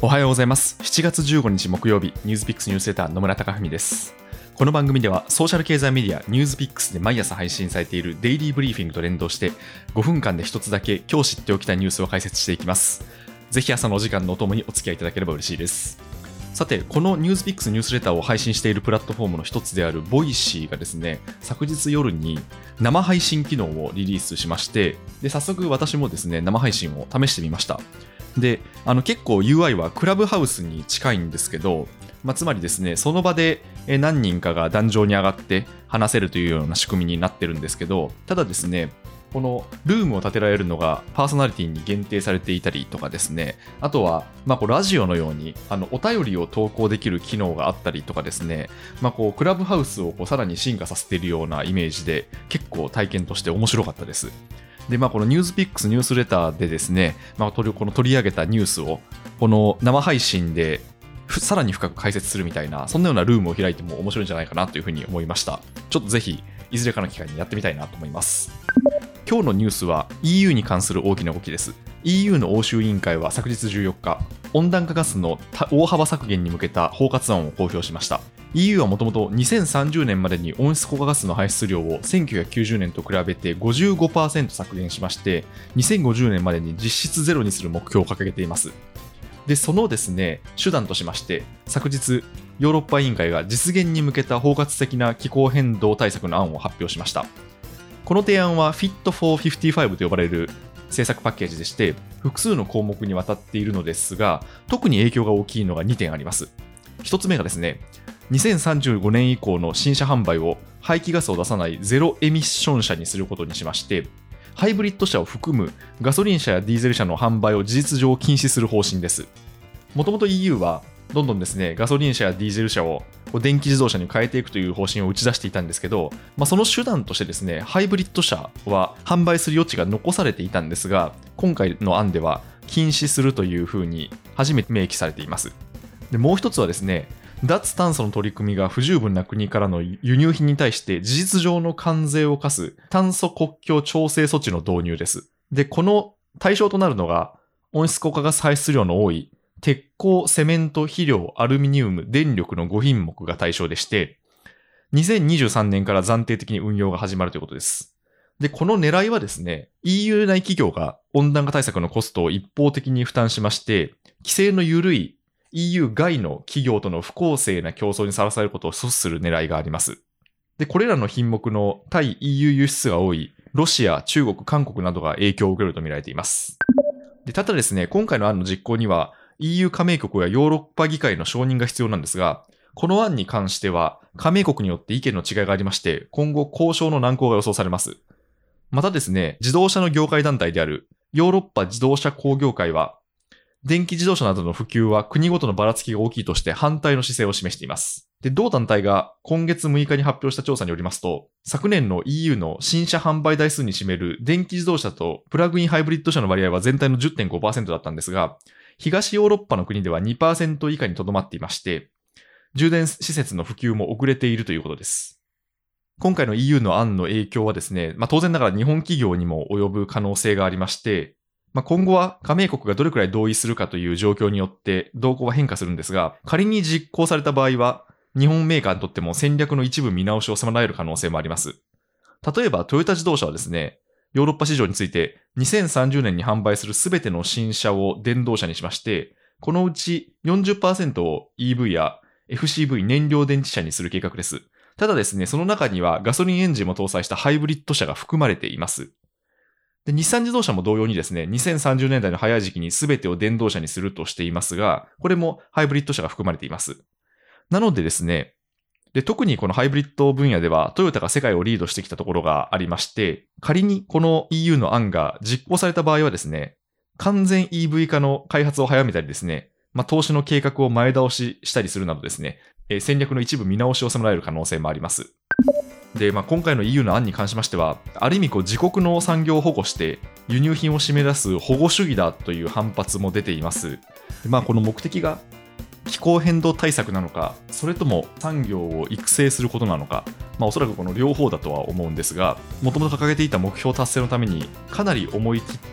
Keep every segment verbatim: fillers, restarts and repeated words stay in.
おはようございます。しちがつじゅうごにち木曜日、ニュースピックスニュースレター野村貴文です。この番組ではソーシャル経済メディアニュースピックスで毎朝配信されているデイリーブリーフィングと連動してごふんかんで一つだけ今日知っておきたいニュースを解説していきます。ぜひ朝のお時間のお供にお付き合いいただければ嬉しいです。さて、このニュースピックスニュースレターを配信しているプラットフォームの一つであるボイシーがですね、昨日夜に生配信機能をリリースしまして、で早速私もですね生配信を試してみました。であの結構 ユーアイ はクラブハウスに近いんですけど、まあ、つまりですねその場で何人かが壇上に上がって話せるというような仕組みになってるんですけど、ただですねこのルームを立てられるのがパーソナリティに限定されていたりとかですね、あとはまあこうラジオのようにあのお便りを投稿できる機能があったりとかですね、まあこうクラブハウスをこうさらに進化させているようなイメージで結構体験として面白かったです。でまあ、このニュースピックスニュースレターでですね、まあ、この取り上げたニュースをこの生配信でさらに深く解説するみたいな、そんなようなルームを開いても面白いんじゃないかなというふうに思いました。ちょっとぜひいずれかの機会にやってみたいなと思います。今日のニュースは イーユー に関する大きな動きです。 イーユー の欧州委員会は昨日じゅうよっか、温暖化ガスの大幅削減に向けた包括案を公表しました。 イーユー はもともとにせんさんじゅうねんまでに温室効果ガスの排出量をせんきゅうひゃくきゅうじゅうねんと比べて ごじゅうごパーセント 削減しまして、にせんごじゅうねんまでに実質ゼロにする目標を掲げています。でそのですね手段としまして、昨日ヨーロッパ委員会が実現に向けた包括的な気候変動対策の案を発表しました。この提案は フィットフォーフィフティーファイブ と呼ばれる政策パッケージでして、複数の項目にわたっているのですが、特に影響が大きいのがにてんあります。ひとつめがですね、にせんさんじゅうごねん以降の新車販売を排気ガスを出さないゼロエミッション車にすることにしまして、ハイブリッド車を含むガソリン車やディーゼル車の販売を事実上禁止する方針です。もともと イーユー はどんどんですねガソリン車やディーゼル車を電気自動車に変えていくという方針を打ち出していたんですけど、まあ、その手段としてですねハイブリッド車は販売する余地が残されていたんですが、今回の案では禁止するというふうに初めて明記されています。でもう一つはですね、脱炭素の取り組みが不十分な国からの輸入品に対して事実上の関税を課す炭素国境調整措置の導入です。でこの対象となるのが温室効果ガス排出量の多い鉄鋼、セメント、肥料、アルミニウム、電力のごひんもくが対象でして、にせんにじゅうさんねんから暫定的に運用が始まるということです。で、この狙いはですね、イーユー 内企業が温暖化対策のコストを一方的に負担しまして、規制の緩い イーユー 外の企業との不公正な競争にさらされることを阻止する狙いがあります。で、これらの品目の対 イーユー 輸出が多いロシア、中国、韓国などが影響を受けると見られています。で、ただですね、今回の案の実行にはイーユー 加盟国やヨーロッパ議会の承認が必要なんですが、この案に関しては加盟国によって意見の違いがありまして、今後交渉の難航が予想されます。またですね、自動車の業界団体であるヨーロッパ自動車工業会は、電気自動車などの普及は国ごとのばらつきが大きいとして反対の姿勢を示しています。で、同団体が今月むいかに発表した調査によりますと、昨年の イーユー の新車販売台数に占める電気自動車とプラグインハイブリッド車の割合は全体の じゅってんごパーセント だったんですが、東ヨーロッパの国では にパーセント 以下にとどまっていまして、充電施設の普及も遅れているということです。今回の イーユー の案の影響はですね、まあ、当然ながら日本企業にも及ぶ可能性がありまして、まあ、今後は加盟国がどれくらい同意するかという状況によって動向は変化するんですが、仮に実行された場合は、日本メーカーにとっても戦略の一部見直しを迫られる可能性もあります。例えばトヨタ自動車はですね、ヨーロッパ市場についてにせんさんじゅうねんに販売するすべての新車を電動車にしまして、このうち よんじゅっパーセント を イーブイ や エフシーブイ 燃料電池車にする計画です。ただですね、その中にはガソリンエンジンも搭載したハイブリッド車が含まれています。で、日産自動車も同様にですね、にせんさんじゅうねんだいの早い時期にすべてを電動車にするとしていますが、これもハイブリッド車が含まれています。なのでですね、で、特にこのハイブリッド分野ではトヨタが世界をリードしてきたところがありまして、仮にこの イーユー の案が実行された場合はですね、完全 イーブイ 化の開発を早めたりですね、まあ、投資の計画を前倒ししたりするなどですね、えー、戦略の一部見直しを迫られる可能性もあります。で、まあ、今回の イーユー の案に関しましては、ある意味こう自国の産業を保護して輸入品を締め出す保護主義だという反発も出ています。で、まあ、この目的が気候変動対策なのか、それとも産業を育成することなのか、まあ、おそらくこの両方だとは思うんですが、もともと掲げていた目標達成のためにかなり思い切った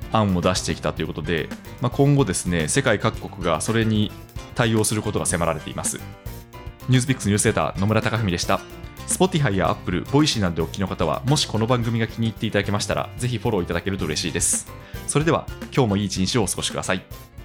案を出してきたということで、まあ、今後ですね、世界各国がそれに対応することが迫られています。ニュースピックスニュースレター野村貴文でした。Spotify や Apple、Voicy などでお聞きの方は、もしこの番組が気に入っていただけましたら、ぜひフォローいただけると嬉しいです。それでは、今日もいい一日をお過ごしください。